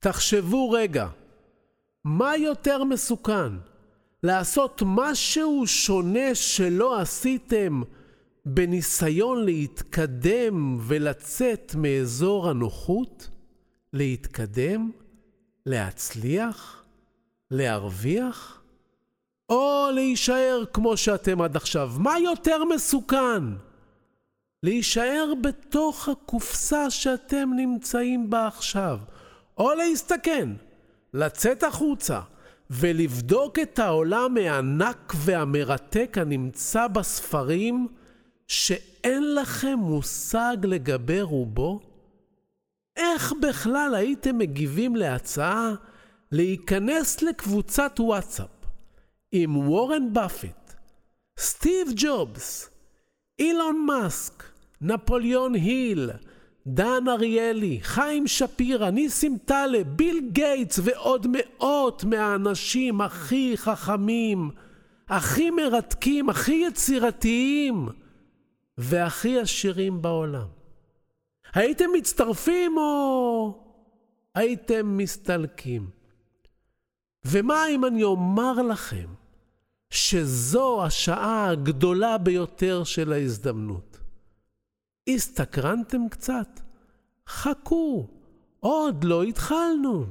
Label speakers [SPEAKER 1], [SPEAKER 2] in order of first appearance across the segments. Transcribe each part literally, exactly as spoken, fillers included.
[SPEAKER 1] תחשבו רגע, מה יותר מסוכן? לעשות משהו שונה שלא עשיתם בניסיון להתקדם ולצאת מאזור הנוחות? להתקדם? להצליח? להרוויח? או להישאר כמו שאתם עד עכשיו? מה יותר מסוכן? להישאר בתוך הקופסה שאתם נמצאים בה עכשיו, או להסתכן, לצאת החוצה ולבדוק את העולם הענק והמרתק הנמצא בספרים שאין לכם מושג לגבי רובו? איך בכלל הייתם מגיבים להצעה להיכנס לקבוצת וואטסאפ עם וורן באפט, סטיב ג'ובס, אילון מאסק, נפוליאון היל, דן אריאלי, חיים שפירא, ניסים טלב, ביל גייטס ועוד מאות מהאנשים הכי חכמים, הכי מרתקים, הכי יצירתיים והכי עשירים בעולם? הייתם מצטרפים או הייתם מסתלקים? ומה אם אני אומר לכם שזו השעה הגדולה ביותר של ההזדמנות? הסתקרנתם קצת? חכו, עוד לא התחלנו.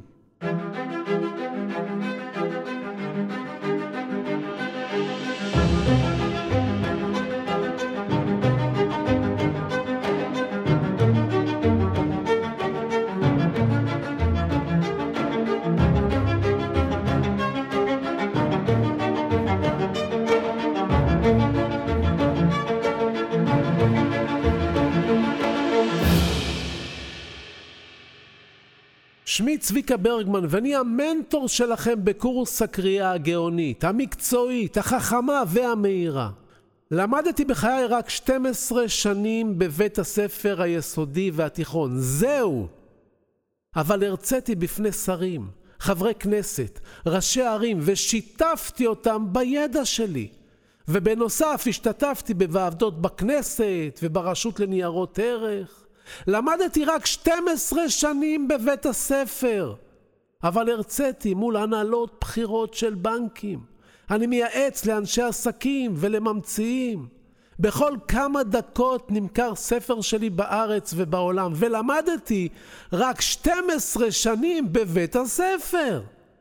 [SPEAKER 1] שמי צביקה ברגמן, ואני המנטור שלכם בקורס הקריאה הגאונית, המקצועית, החכמה והמהירה. למדתי בחיי רק שתים עשרה שנים בבית הספר היסודי והתיכון, זהו. אבל הרציתי בפני שרים, חברי כנסת, ראשי ערים, ושיתפתי אותם בידע שלי. ובנוסף השתתפתי בוועדות בכנסת וברשות לניירות ערך. למדתי רק שתים עשרה שנים בבית הספר, אבל הרציתי מול הנהלות בחירות של בנקים. אני מייעץ לאנשי עסקים ולממציאים. בכל כמה דקות נמכר ספר שלי בארץ ובעולם, ולמדתי רק שתים עשרה שנים בבית הספר.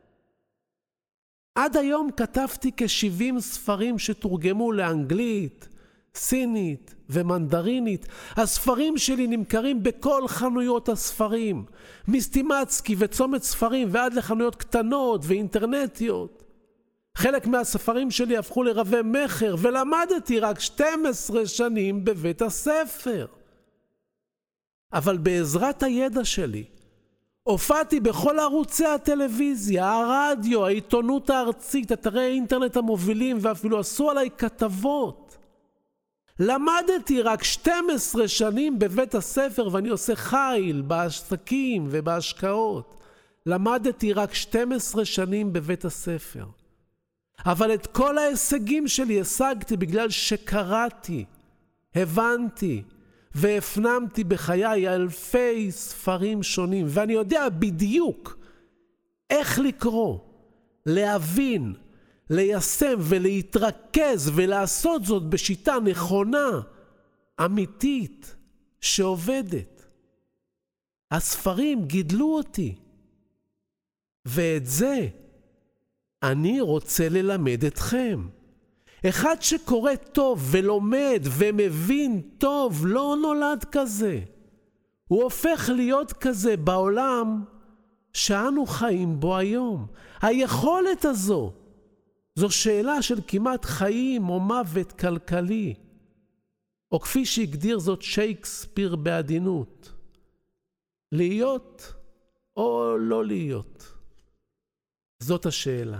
[SPEAKER 1] עד היום כתבתי כ-שבעים ספרים שתורגמו לאנגלית, סינית ומנדרינית. הספרים שלי נמכרים בכל חנויות הספרים, מסטימצקי וצומת ספרים ועד לחנויות קטנות ואינטרנטיות. חלק מהספרים שלי הפכו לרבי מחר, ולמדתי רק שתים עשרה שנים בבית הספר. אבל בעזרת הידע שלי הופעתי בכל ערוצי הטלוויזיה, הרדיו, העיתונות הארצית, אתרי האינטרנט המובילים, ואפילו עשו עליי כתבות. למדתי רק שתים עשרה שנים בבית הספר, ואני עושה חיל בעסקים ובהשקעות. למדתי רק שתים עשרה שנים בבית הספר. אבל את כל ההישגים שלי השגתי בגלל שקראתי, הבנתי והפנמתי בחיי אלפי ספרים שונים, ואני יודע בדיוק איך לקרוא, להבין, ליישם ולהתרכז ולעשות זאת בשיטה נכונה, אמיתית, שעובדת. הספרים גידלו אותי, ואת זה אני רוצה ללמד אתכם. אחד שקורא טוב ולומד ומבין טוב לא נולד כזה. הוא הופך להיות כזה בעולם שאנו חיים בו היום. היכולת הזו זו שאלה של כמעט חיים או מוות כלכלי, או כפי שהגדיר זאת שייקספיר בעדינות, להיות או לא להיות. זאת השאלה.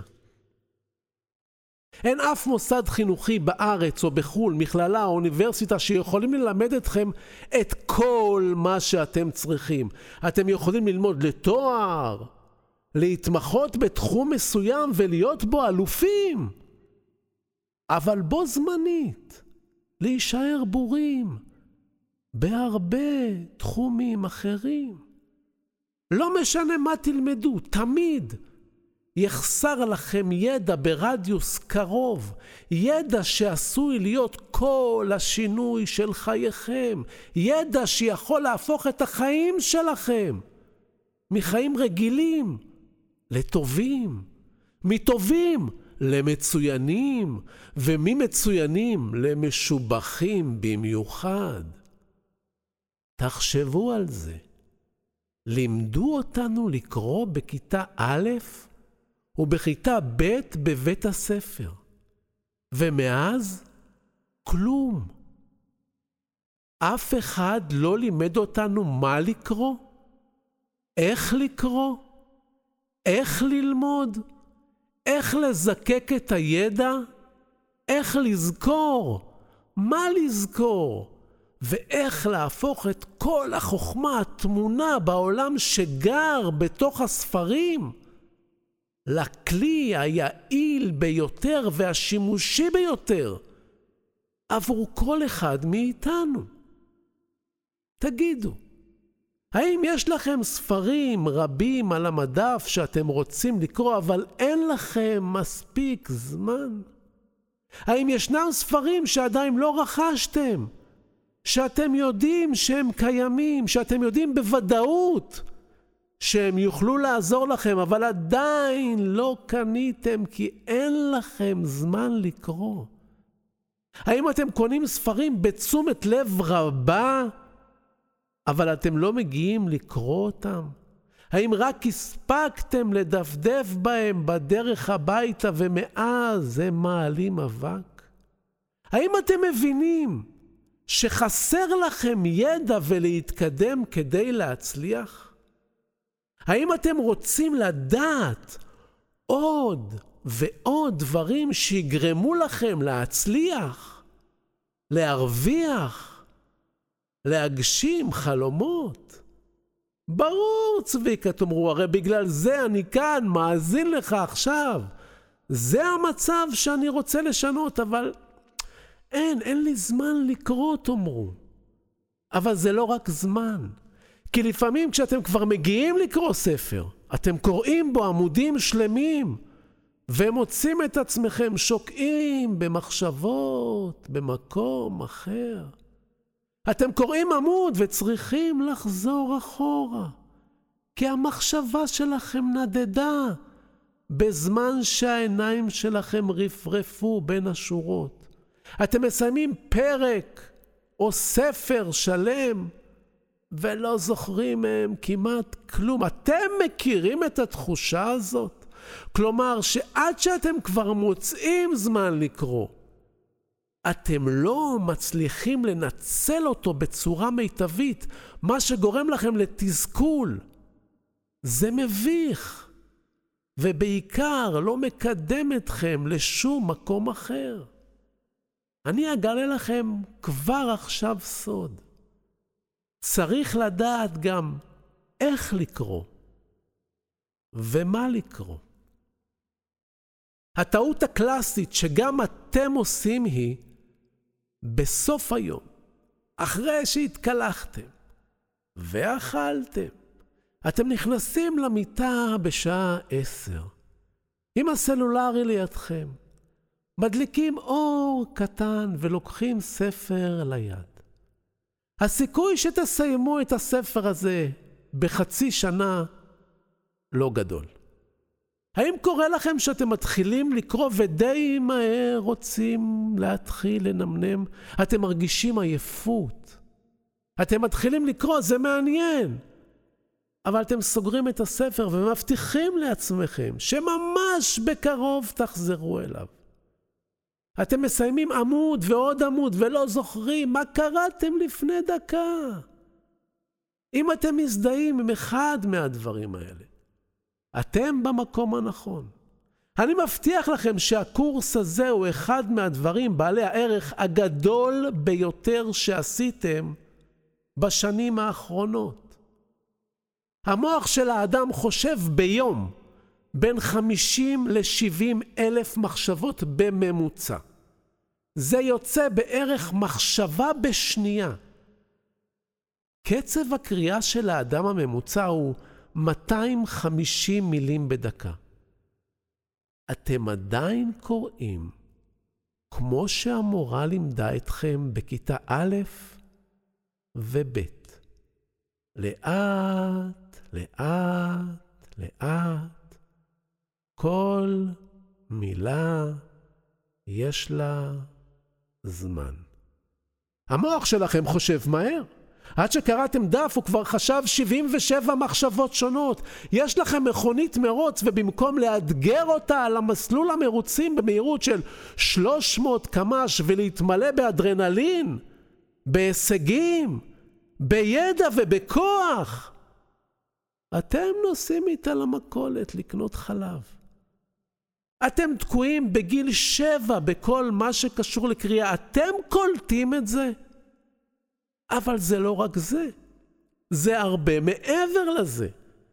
[SPEAKER 1] אין אף מוסד חינוכי בארץ או בחול, מכללה או אוניברסיטה שיכולים ללמד אתכם את כל מה שאתם צריכים. אתם יכולים ללמוד לתואר, להתמחות בתחום מסוים ולהיות בו אלופים, אבל בו זמנית להישאר בורים בהרבה תחומים אחרים. לא משנה מה תלמדו, תמיד יחסר לכם ידע ברדיוס קרוב, ידע שעשוי להיות כל השינוי של חייכם, ידע שיכול להפוך את החיים שלכם מחיים רגילים לטובים, מטובים למצוינים, וממצוינים למשובחים במיוחד. תחשבו על זה. לימדו אותנו לקרוא בכיתה א' ובכיתה ב' בבית הספר, ומאז כלום. אף אחד לא לימד אותנו מה לקרוא, איך לקרוא, איך ללמוד, איך לזקק את הידע, איך לזכור, מה לזכור, ואיך להפוך את כל החוכמה התמונה בעולם שגר בתוך הספרים לכלי היעיל ביותר והשימושי ביותר עבור כל אחד מאיתנו. תגידו, האם יש לכם ספרים רבים על המדף שאתם רוצים לקרוא, אבל אין לכם מספיק זמן? האם ישנם ספרים שעדיין לא רכשתם, שאתם יודעים שהם קיימים, שאתם יודעים בוודאות שהם יוכלו לעזור לכם, אבל עדיין לא קניתם כי אין לכם זמן לקרוא? האם אתם קונים ספרים בתשומת לב רבה, אבל אתם לא מגיעים לקרוא אותם? האם רק הספקתם לדפדף בהם בדרך הביתה ומאז הם מעלים אבק? האם אתם מבינים שחסר לכם ידע ולהתקדם כדי להצליח? האם אתם רוצים לדעת עוד ועוד דברים שיגרמו לכם להצליח, להרוויח, להגשים חלומות? ברור, צביקה, תאמרו, הרי בגלל זה אני כאן מאזין לך עכשיו. זה המצב שאני רוצה לשנות, אבל אין, אין לי זמן לקרוא, תאמרו. אבל זה לא רק זמן. כי לפעמים כשאתם כבר מגיעים לקרוא ספר, אתם קוראים בו עמודים שלמים, ומוצאים את עצמכם שוקעים במחשבות, במקום אחר. אתם קוראים עמוד וצריכים לחזור אחורה, כי המחשבה שלכם נדדה בזמן שהעיניים שלכם רפרפו בין השורות. אתם מסיימים פרק או ספר שלם ולא זוכרים מהם כמעט כלום. אתם מכירים את התחושה הזאת? כלומר שעד שאתם כבר מוצאים זמן לקרוא, אתם לא מצליחים לנצל אותו בצורה מיטבית, מה שגורם לכם לתסכול. זה מביך, ובעיקר לא מקדם אתכם לשום מקום אחר. אני אגלה לכם כבר עכשיו סוד. צריך לדעת גם איך לקרוא ומה לקרוא. הטעות הקלאסית שגם אתם עושים היא, בסוף היום, אחרי שהתקלחתם ואכלתם, אתם נכנסים למיטה בשעה עשר, עם הסלולרי לידכם, מדליקים אור קטן ולוקחים ספר ליד. הסיכוי שתסיימו את הספר הזה בחצי שנה לא גדול. האם קורה לכם שאתם מתחילים לקרוא ודי מהר רוצים להתחיל לנמנם? אתם מרגישים עייפות. אתם מתחילים לקרוא, זה מעניין. אבל אתם סוגרים את הספר ומבטיחים לעצמכם שממש בקרוב תחזרו אליו. אתם מסיימים עמוד ועוד עמוד ולא זוכרים מה קראתם לפני דקה. אם אתם מזדהים עם אחד מהדברים האלה, אתם במקום הנכון. אני מבטיח לכם שהקורס הזה הוא אחד מהדברים בעלי הערך הגדול ביותר שעשיתם בשנים האחרונות. המוח של האדם חושב ביום בין חמישים לשבעים אלף מחשבות בממוצע. זה יוצא בערך מחשבה בשנייה. קצב הקריאה של האדם הממוצע הוא מאתיים וחמישים מילים בדקה. אתם עדיין קוראים כמו שהמורה לימדה אתכם בכיתה א' וב'. לאט, לאט, לאט. כל מילה יש לה זמן. המוח שלכם חושב מהר. עד שקראתם דף הוא כבר חשב שבעים ושבע מחשבות שונות. יש לכם מכונית מרוץ, ובמקום לאתגר אותה על המסלול המרוצים במהירות של שלוש מאות קמ"ש ולהתמלא באדרנלין, בהישגים, בידע ובכוח, אתם נוסעים איתה למכולת לקנות חלב. אתם תקועים בגיל שבע בכל מה שקשור לקריאה. אתם קולטים את זה? אבל זה לא רק זה. זה הרבה מעבר לזה.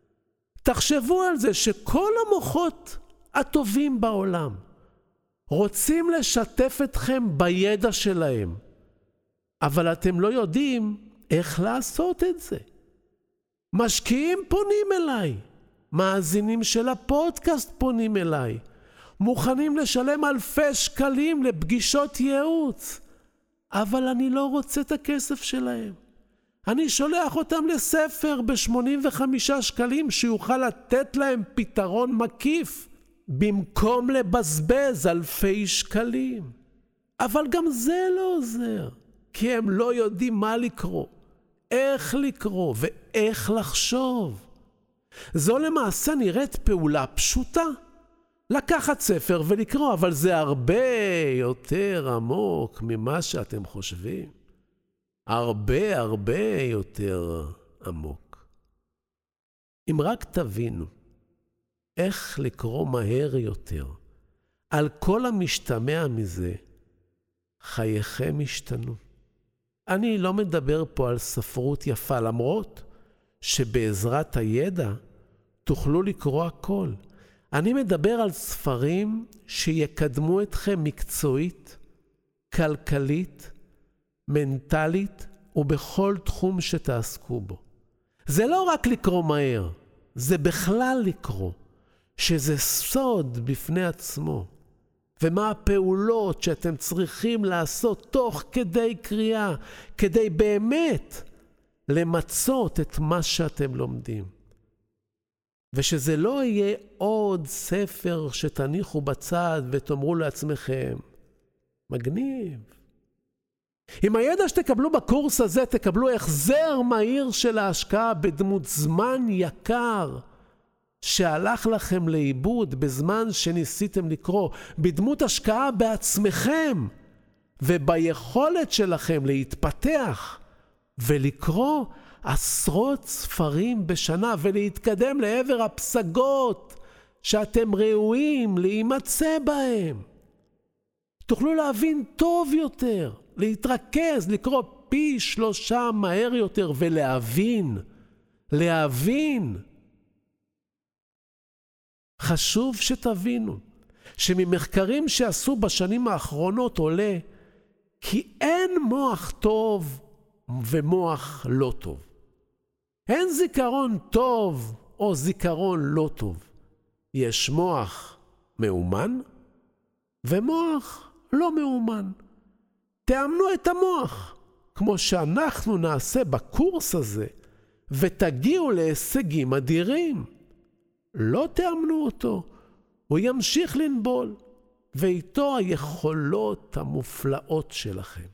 [SPEAKER 1] תחשבו על זה שכל המוחות הטובים בעולם רוצים לשתף אתכם בידע שלהם. אבל אתם לא יודעים איך לעשות את זה. משקיעים פונים אליי. מאזינים של הפודקאסט פונים אליי. מוכנים לשלם אלפי שקלים לפגישות ייעוץ. אבל אני לא רוצה את הכסף שלהם. אני שולח אותם לספר ב-שמונים וחמישה שקלים שיוכל לתת להם פתרון מקיף, במקום לבזבז אלפי שקלים. אבל גם זה לא עוזר, כי הם לא יודעים מה לקרוא, איך לקרוא ואיך לחשוב. זו למעשה נראית פעולה פשוטה. לקחת ספר ולקרוא, אבל זה הרבה יותר עמוק ממה שאתם חושבים. הרבה הרבה יותר עמוק. אם רק תבינו איך לקרוא מהר יותר, על כל המשתמע מזה, חייכם השתנו. אני לא מדבר פה על ספרות יפה, למרות שבעזרת הידע תוכלו לקרוא הכל. אני מדבר על ספרים שיקדמו אתכם מקצועית, כלכלית, מנטלית ובכל תחום שתעסקו בו. זה לא רק לקרוא מהר, זה בכלל לקרוא, שזה סוד בפני עצמו. ומה הפעולות שאתם צריכים לעשות תוך כדי קריאה, כדי באמת למצות את מה שאתם לומדים. ושזה לא יהיה עוד ספר שתניחו בצד ותאמרו לעצמכם, מגניב. עם הידע שתקבלו בקורס הזה, תקבלו החזר מהיר של ההשקעה בדמות זמן יקר, שהלך לכם לאיבוד בזמן שניסיתם לקרוא, בדמות השקעה בעצמכם, וביכולת שלכם להתפתח ולקרוא עשרות ספרים בשנה ולהתקדם לעבר הפסגות שאתם ראויים להימצא בהם. תוכלו להבין טוב יותר, להתרכז, לקרוא פי שלושה מהר יותר ולהבין, להבין. חשוב שתבינו שממחקרים שעשו בשנים האחרונות עולה כי אין מוח טוב ומוח לא טוב. אין זיכרון טוב או זיכרון לא טוב. יש מוח מאומן ומוח לא מאומן. תאמנו את המוח, כמו שאנחנו נעשה בקורס הזה, ותגיעו להישגים אדירים. לא תאמנו אותו, הוא ימשיך לנבול, ואיתו היכולות המופלאות שלכם.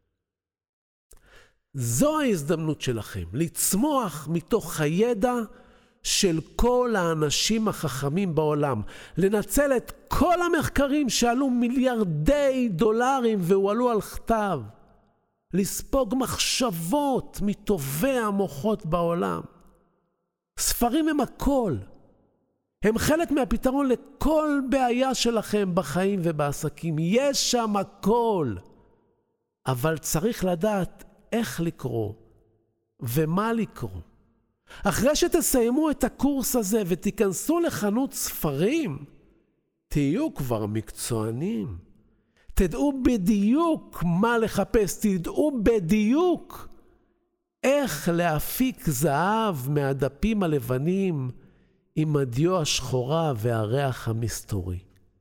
[SPEAKER 1] זו ההזדמנות שלכם, לצמוח מתוך הידע של כל האנשים החכמים בעולם, לנצל את כל המחקרים שעלו מיליארדי דולרים והועלו על כתב, לספוג מחשבות מטובי המוחות בעולם. ספרים הם הכל, הם חלק מהפתרון לכל בעיה שלכם בחיים ובעסקים. יש שם הכל, אבל צריך לדעת איך לקרוא ומה לקרוא. אחרי שתסיימו את הקורס הזה ותיכנסו לחנות ספרים, תהיו כבר מקצוענים. תדעו בדיוק מה לחפש, תדעו בדיוק איך להפיק זהב מהדפים הלבנים עם הדיו השחורה והריח המסתורי.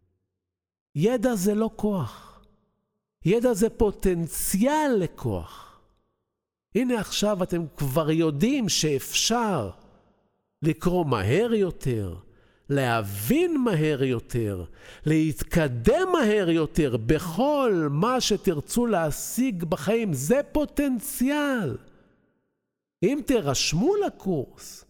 [SPEAKER 1] ידע זה לא כוח. ידע זה פוטנציאל לכוח. הנה עכשיו אתם כבר יודעים שאפשר לקרוא מהר יותר, להבין מהר יותר, להתקדם מהר יותר בכל מה שתרצו להשיג בחיים. זה פוטנציאל. אם תרשמו לקורס,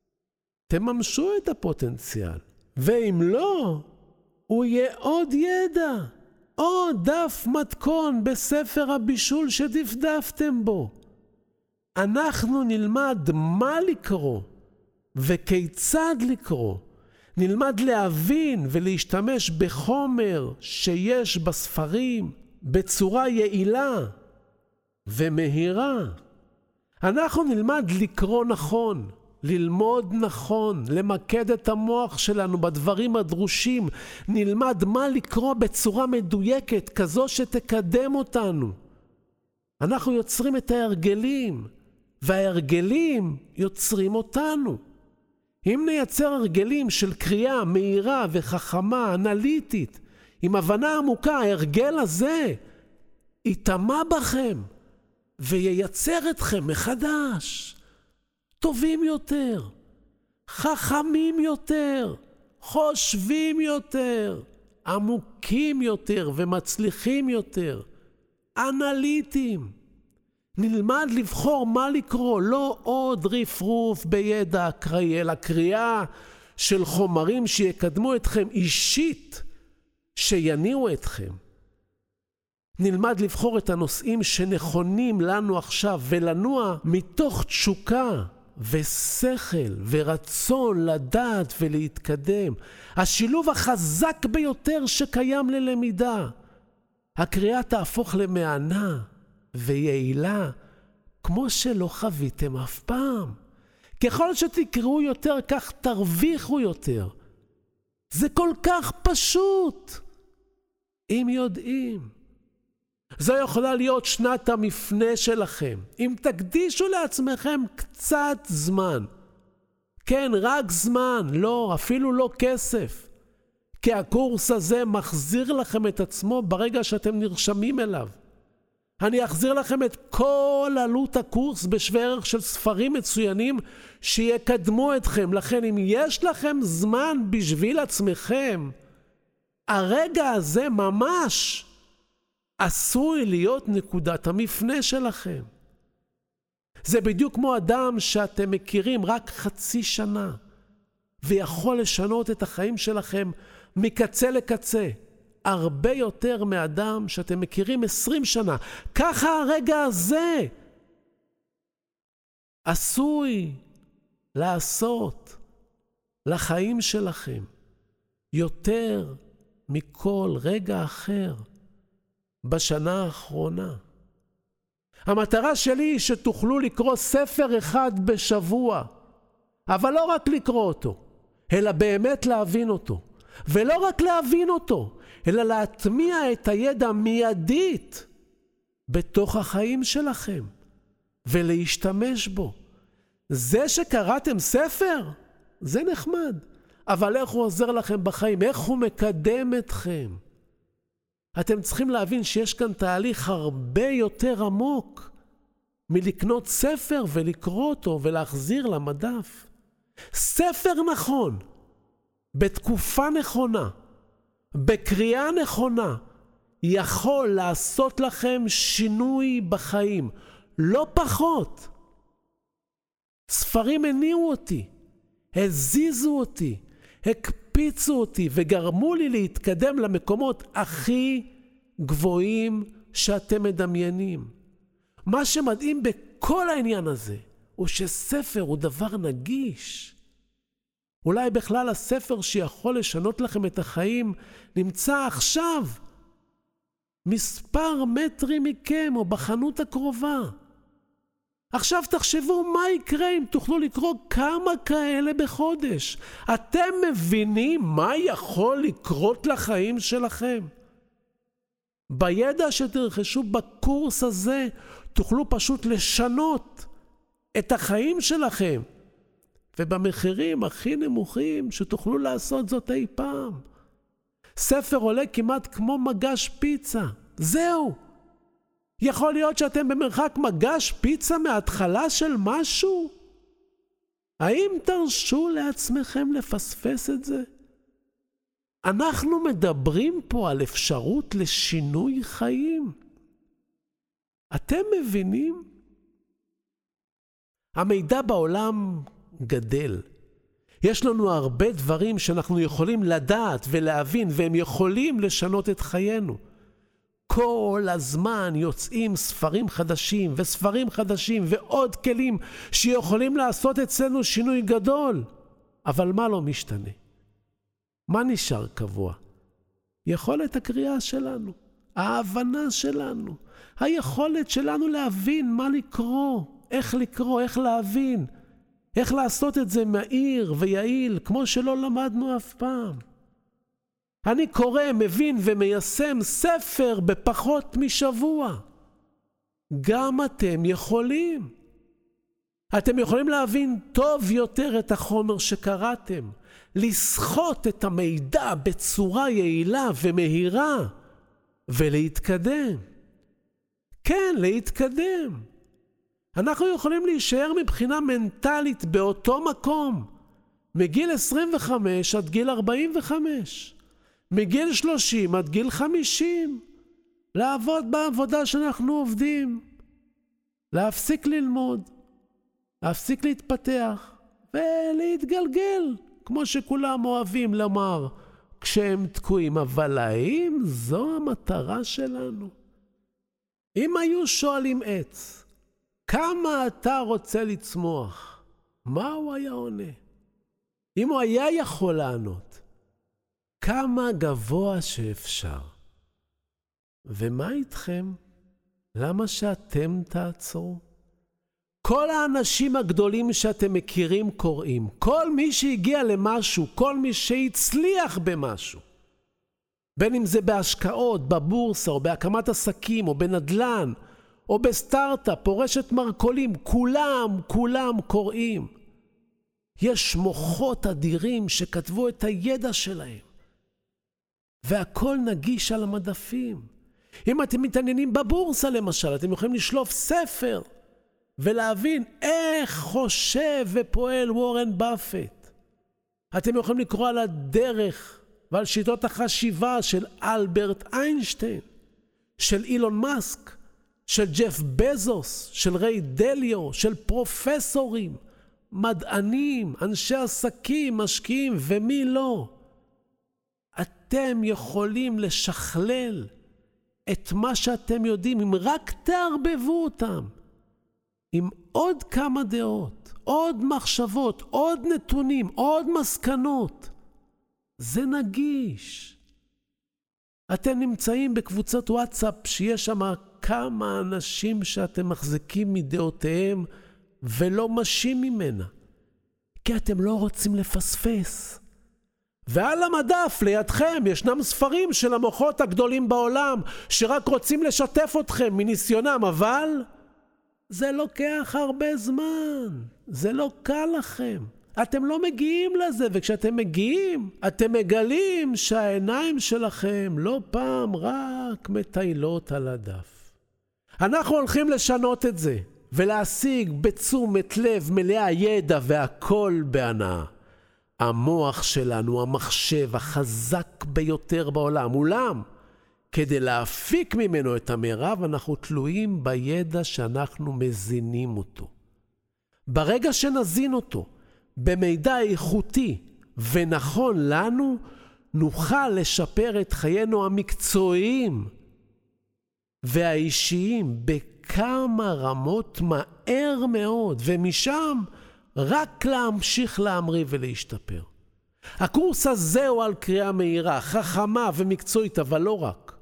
[SPEAKER 1] תממשו את הפוטנציאל. ואם לא, הוא יהיה עוד ידע, עוד דף מתכון בספר הבישול שדפדפתם בו. אנחנו נלמד מה לקרוא וכיצד לקרוא. נלמד להבין ולהשתמש בחומר שיש בספרים בצורה יעילה ומהירה. אנחנו נלמד לקרוא נכון, ללמוד נכון, למקד את המוח שלנו בדברים הדרושים. נלמד מה לקרוא בצורה מדויקת, כזו שתקדם אותנו. אנחנו יוצרים את ההרגלים, וההרגלים יוצרים אותנו. אם נייצר הרגלים של קריאה מהירה וחכמה, אנליטית, עם הבנה עמוקה, ההרגל הזה יטמע בכם וייצר אתכם מחדש. טובים יותר, חכמים יותר, חושבים יותר, עמוקים יותר ומצליחים יותר, אנליטיים. נלמד לבחור מה לקרוא, לא עוד רפרוף בידע אקראי, אלא קריאה של חומרים שיקדמו אתכם אישית, שיניעו אתכם. נלמד לבחור את הנושאים שנכונים לנו עכשיו, ולנוע מתוך תשוקה ושכל ורצון לדעת ולהתקדם. השילוב החזק ביותר שקיים ללמידה. הקריאה תהפוך למענה ויעילה כמו שלא חוויתם אף פעם. ככל שתקראו יותר, כך תרוויחו יותר. זה כל כך פשוט, אם יודעים. זו יכולה להיות שנת המפנה שלכם, אם תקדישו לעצמכם קצת זמן. כן, רק זמן, לא, אפילו לא כסף. כי הקורס הזה מחזיר לכם את עצמו ברגע שאתם נרשמים אליו. אני אחזיר לכם את כל עלות הקורס בשווה ערך של ספרים מצוינים שיקדמו אתכם. לכן אם יש לכם זמן בשביל עצמכם, הרגע הזה ממש עשוי להיות נקודת המפנה שלכם. זה בדיוק כמו אדם שאתם מכירים רק חצי שנה, ויכול לשנות את החיים שלכם מקצה לקצה. הרבה יותר מאדם שאתם מכירים עשרים שנה. ככה הרגע הזה עשוי לעשות לחיים שלכם יותר מכל רגע אחר בשנה האחרונה. המטרה שלי היא שתוכלו לקרוא ספר אחד בשבוע, אבל לא רק לקרוא אותו, אלא באמת להבין אותו. ולא רק להבין אותו, אלא להטמיע את הידע מיידית בתוך החיים שלכם ולהשתמש בו. זה שקראתם ספר, זה נחמד, אבל איך הוא עוזר לכם בחיים? איך הוא מקדם אתכם? אתם צריכים להבין שיש כאן תהליך הרבה יותר עמוק מלקנות ספר ולקרוא אותו ולהחזיר למדף. ספר נכון, בתקופה נכונה, בקריאה נכונה, יכול לעשות לכם שינוי בחיים, לא פחות. ספרים הניעו אותי, הזיזו אותי, הקפיצו אותי וגרמו לי להתקדם למקומות הכי גבוהים שאתם מדמיינים. מה שמדהים בכל העניין הזה הוא שספר הוא דבר נגיש. אולי בכלל הספר שיכול לשנות לכם את החיים נמצא עכשיו מספר מטרים מכם או בחנות הקרובה. עכשיו תחשבו מה יקרה אם תוכלו לקרוא כמה כאלה בחודש. אתם מבינים מה יכול לקרות לחיים שלכם? בידע שתרכשו בקורס הזה תוכלו פשוט לשנות את החיים שלכם, ובמחירים הכי נמוכים שתוכלו לעשות זאת אי פעם. ספר עולה כמעט כמו מגש פיצה. זהו. יכול להיות שאתם במרחק מגש פיצה מההתחלה של משהו? האם תרשו לעצמכם לפספס את זה? אנחנו מדברים פה על אפשרות לשינוי חיים. אתם מבינים? המידע בעולם גדל. יש לנו הרבה דברים שאנחנו יכולים לדעת ולהבין, והם יכולים לשנות את חיינו. כל הזמן יוצאים ספרים חדשים וספרים חדשים ועוד כלים שיכולים לעשות אצלנו שינוי גדול. אבל מה לא משתנה? מה נשאר קבוע? יכולת הקריאה שלנו, ההבנה שלנו, היכולת שלנו להבין מה לקרוא, איך לקרוא, איך להבין, איך לעשות את זה מהיר ויעיל, כמו שלא למדנו אף פעם. אני קורא, מבין ומיישם ספר בפחות משבוע. גם אתם יכולים. אתם יכולים להבין טוב יותר את החומר שקראתם, לסחוט את המידע בצורה יעילה ומהירה, ולהתקדם. כן, להתקדם. אנחנו יכולים להישאר מבחינה מנטלית באותו מקום, מגיל עשרים וחמש עד גיל ארבעים וחמש, מגיל שלושים עד גיל חמישים, לעבוד בעבודה שאנחנו עובדים, להפסיק ללמוד, להפסיק להתפתח ולהתגלגל, כמו שכולם אוהבים לומר כשהם תקועים. אבל האם זו המטרה שלנו? אם היו שואלים עץ, כמה אתה רוצה לצמוח? מה הוא היה עונה? אם הוא היה יכול לענות, כמה גבוה שאפשר. ומה איתכם? למה שאתם תעצרו? כל האנשים הגדולים שאתם מכירים קוראים, כל מי שהגיע למשהו, כל מי שהצליח במשהו, בין אם זה בהשקעות, בבורסה, או בהקמת עסקים, או בנדלן, או בסטארט-אפ, או רשת מרקולים, כולם, כולם קוראים. יש מוחות אדירים שכתבו את הידע שלהם, והכל נגיש על המדפים. אם אתם מתעניינים בבורסה למשל, אתם יכולים לשלוף ספר, ולהבין איך חושב ופועל וורן באפט. אתם יכולים לקרוא על הדרך ועל שיטות החשיבה של אלברט איינשטיין, של אילון מאסק, של ג'ף בזוס, של ריי דליו, של פרופסורים, מדענים, אנשי עסקים, משקיעים ומי לא. אתם יכולים לשכלל את מה שאתם יודעים אם רק תערבבו אותם עם עוד כמה דעות, עוד מחשבות, עוד נתונים, עוד מסקנות. זה נגיש. אתם נמצאים בקבוצת וואטסאפ שיש שם כמה אנשים שאתם מחזיקים מדעותיהם ולא משים ממנה, כי אתם לא רוצים לפספס. ועל המדף לידכם ישנם ספרים של המוחות הגדולים בעולם שרק רוצים לשתף אתכם מניסיונם, אבל זה לוקח הרבה זמן, זה לא קל לכם. אתם לא מגיעים לזה, וכשאתם מגיעים, אתם מגלים שהעיניים שלכם לא פעם רק מטיילות על הדף. אנחנו הולכים לשנות את זה, ולהשיג בתשומת לב מלאה ידע והכל בהנאה. המוח שלנו, המחשב החזק ביותר בעולם, אולם כדי להפיק ממנו את המרב, אנחנו תלויים בידע שאנחנו מזינים אותו. ברגע שנזין אותו במידע איכותי ונכון לנו, נוכל לשפר את חיינו המקצועיים והאישיים בכמה רמות מהר מאוד, ומשם רק להמשיך להמריא ולהשתפר. הקורס הזה הוא על קריאה מהירה, חכמה ומקצועית, אבל לא רק.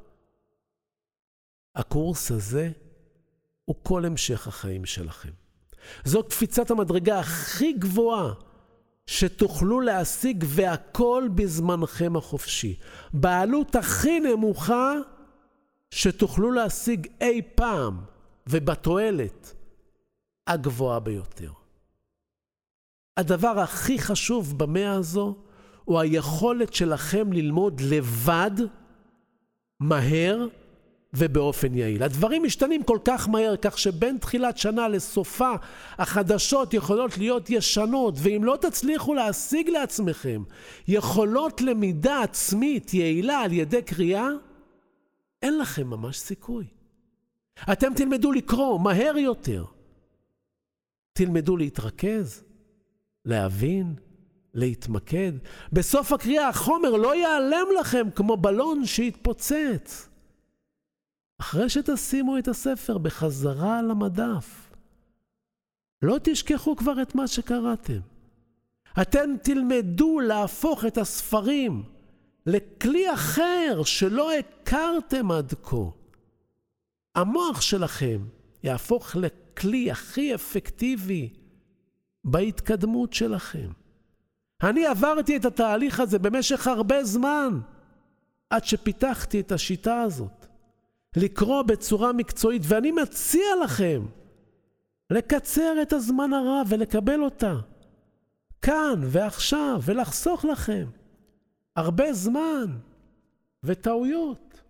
[SPEAKER 1] הקורס הזה הוא כל המשך החיים שלכם. זאת קפיצת המדרגה הכי גבוהה שתוכלו להשיג, והכל בזמנכם החופשי. בעלות הכי נמוכה שתוכלו להשיג אי פעם, ובתועלת הגבוהה ביותר. הדבר הכי חשוב במאה הזו הוא היכולת שלכם ללמוד לבד, מהר ובאופן יעיל. הדברים משתנים כל כך מהר, כך שבין תחילת שנה לסופה החדשות יכולות להיות ישנות, ואם לא תצליחו להשיג לעצמכם יכולות למידה עצמית יעילה על ידי קריאה, אין לכם ממש סיכוי. אתם תלמדו לקרוא מהר יותר. תלמדו להתרכז, להבין, להתמקד. בסוף הקריאה החומר לא ייעלם לכם כמו בלון שהתפוצץ. אחרי שתשימו את הספר בחזרה על המדף, לא תשכחו כבר את מה שקראתם. אתם תלמדו להפוך את הספרים לכלי אחר שלא הכרתם עד כה. המוח שלכם יהפוך לכלי הכי אפקטיבי בהתקדמות שלכם. אני עברתי את התהליך הזה במשך הרבה זמן, עד שפיתחתי את השיטה הזאת. לקרוא בצורה מקצועית, ואני מציע לכם לקצר את הזמן הרב ולקבל אותה כאן ועכשיו, ולחסוך לכם הרבה זמן וטעויות.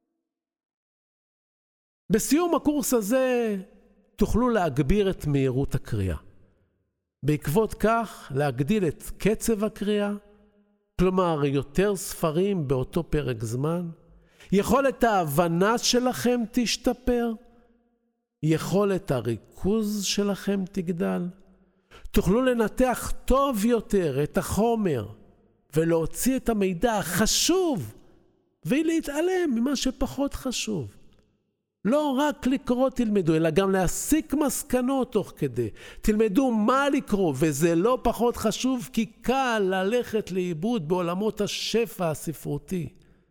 [SPEAKER 1] בסיום הקורס הזה תוכלו להגביר את מהירות הקריאה. בעקבות כך להגדיל את קצב הקריאה, כלומר יותר ספרים באותו פרק זמן. יכולת ההבנה שלכם תשתפר, יכולת הריכוז שלכם תגדל. תוכלו לנתח טוב יותר את החומר ולהוציא את המידע החשוב ולהתעלם ממה שפחות חשוב. לא רק לקרוא תלמדו, אלא גם להסיק מסקנות תוך כדי. תלמדו מה לקרוא, וזה לא פחות חשוב, כי קל ללכת לאיבוד בעולמות השפע הספרותי.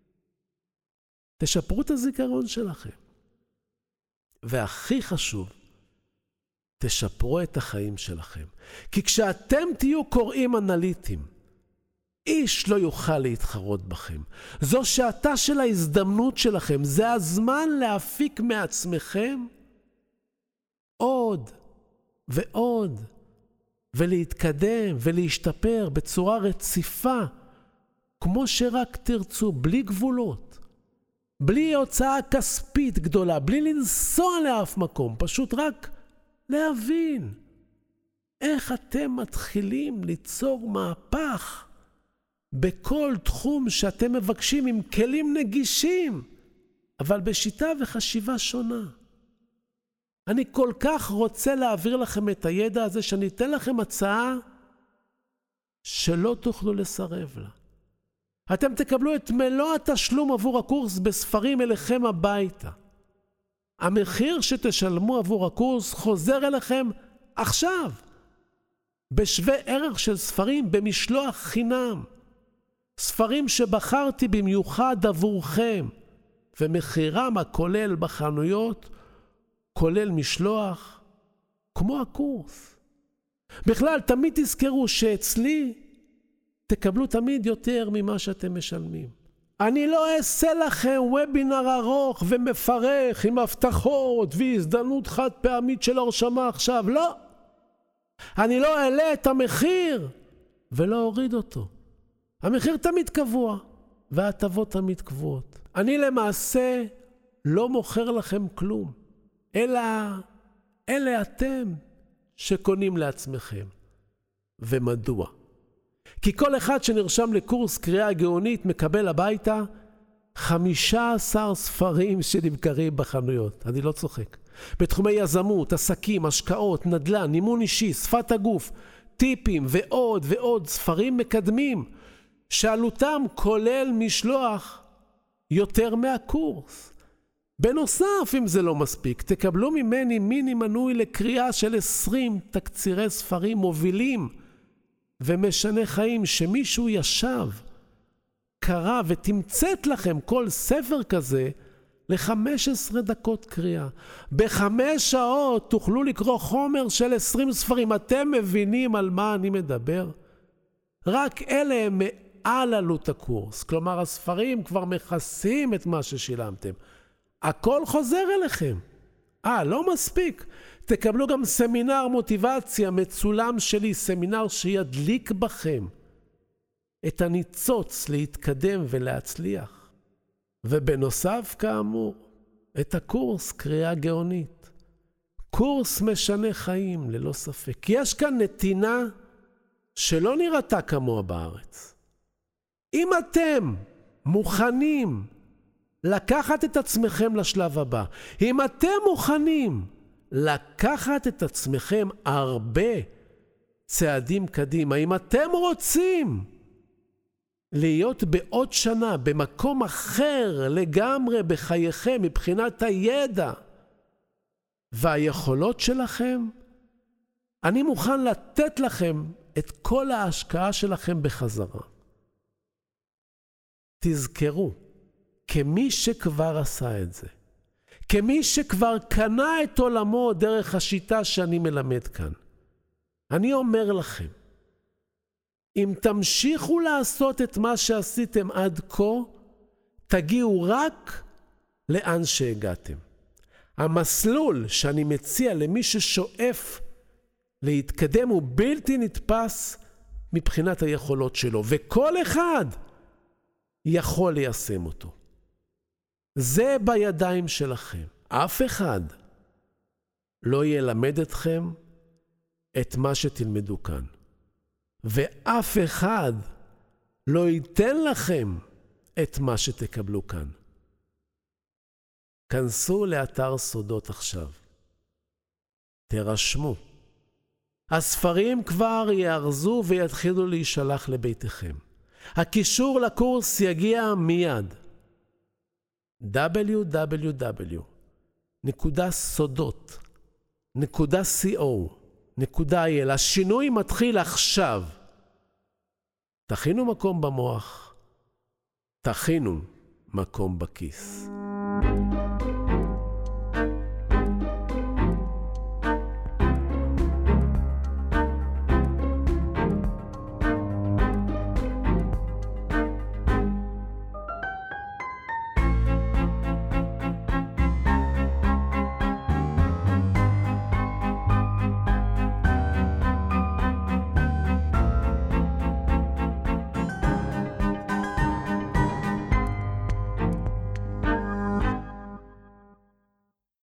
[SPEAKER 1] תשפרו את הזיכרון שלכם. והכי חשוב, תשפרו את החיים שלכם. כי כשאתם תהיו קוראים אנליטיים, איש לא יוכל להתחרות בכם. זו שעתה של ההזדמנות שלכם. זה הזמן להפיק מעצמכם עוד ועוד, ולהתקדם ולהשתפר בצורה רציפה, כמו שרק תרצו, בלי גבולות, בלי הוצאה כספית גדולה, בלי לנסוע לאף מקום, פשוט רק להבין איך אתם מתחילים ליצור מהפך בכל תחום שאתם מבקשים, עם כלים נגישים, אבל בשיטה וחשיבה שונה. אני כל כך רוצה להעביר לכם את הידע הזה, שאני אתן לכם הצעה שלא תוכלו לסרב לה. אתם תקבלו את מלוא התשלום עבור הקורס בספרים אליכם הביתה. המחיר שתשלמו עבור הקורס חוזר אליכם עכשיו, בשווה ערך של ספרים במשלוח חינם. ספרים שבחרתי במיוחד עבורכם, ומחירם הכולל בחנויות כולל משלוח כמו הקורס. בכלל, תמיד תזכרו שאצלי תקבלו תמיד יותר ממה שאתם משלמים. אני לא אעשה לכם וובינר ארוך ומפרך עם הבטחות והזדמנות חד פעמית של הרשמה עכשיו, לא. אני לא אעלה את המחיר ולא אוריד אותו. המחיר תמיד קבוע, וההטבות תמיד קבועות. אני למעשה לא מוכר לכם כלום, אלא אלה אתם שקונים לעצמכם. ומדוע? כי כל אחד שנרשם לקורס קריאה גאונית מקבל הביתה חמישה עשר ספרים שנמכרים בחנויות. אני לא צוחק. בתחומי יזמות, עסקים, השקעות, נדל"ן, אימון אישי, שפת הגוף, טיפים ועוד ועוד ספרים מקדמים, שעלותם כולל משלוח יותר מהקורס. בנוסף, אם זה לא מספיק, תקבלו ממני מיני מנוי לקריאה של עשרים תקצירי ספרים מובילים ומשנה חיים, שמישהו ישב, קרא ותמצאת לכם כל ספר כזה ל-חמש עשרה דקות קריאה. בחמש שעות תוכלו לקרוא חומר של עשרים ספרים. אתם מבינים על מה אני מדבר? רק אלה הם מעל עלות הקורס. כלומר, הספרים כבר מכסים את מה ששילמתם. הכל חוזר אליכם. אה, לא מספיק. תקבלו גם סמינר מוטיבציה מצולם שלי, סמינר שידליק בכם את הניצוץ להתקדם ולהצליח. ובנוסף, כאמור, את הקורס קריאה גאונית. קורס משנה חיים, ללא ספק. כי יש כאן נתינה שלא נראתה כמוה בארץ. אם אתם מוכנים לקחת את עצמכם לשלב הבא, אם אתם מוכנים לקחת את עצמכם הרבה צעדים קדימה, אם אתם רוצים להיות בעוד שנה במקום אחר לגמרי בחייכם מבחינת הידע והיכולות שלכם, אני מוכן לתת לכם את כל ההשקעה שלכם בחזרה. תזכרו, כמי שכבר עשה את זה, כמי שכבר קנה את עולמו דרך השיטה שאני מלמד כאן, אני אומר לכם, אם תמשיכו לעשות את מה שעשיתם עד כה, תגיעו רק לאן שהגעתם. המסלול שאני מציע למי ששואף להתקדם הוא בלתי נתפס מבחינת היכולות שלו, וכל אחד יכול ליישם אותו. זה בידיים שלכם. אף אחד לא ילמד אתכם את מה שתלמדו כאן. ואף אחד לא ייתן לכם את מה שתקבלו כאן. כנסו לאתר סודות עכשיו. תרשמו. הספרים כבר יארזו ויתחילו להישלח לביתכם. הקישור לקורס יגיע מיד. דאבליו דאבליו דאבליו נקודה סודות נקודה סי או נקודה איי אל. השינוי מתחיל עכשיו. תכינו מקום במוח, תכינו מקום בכיס.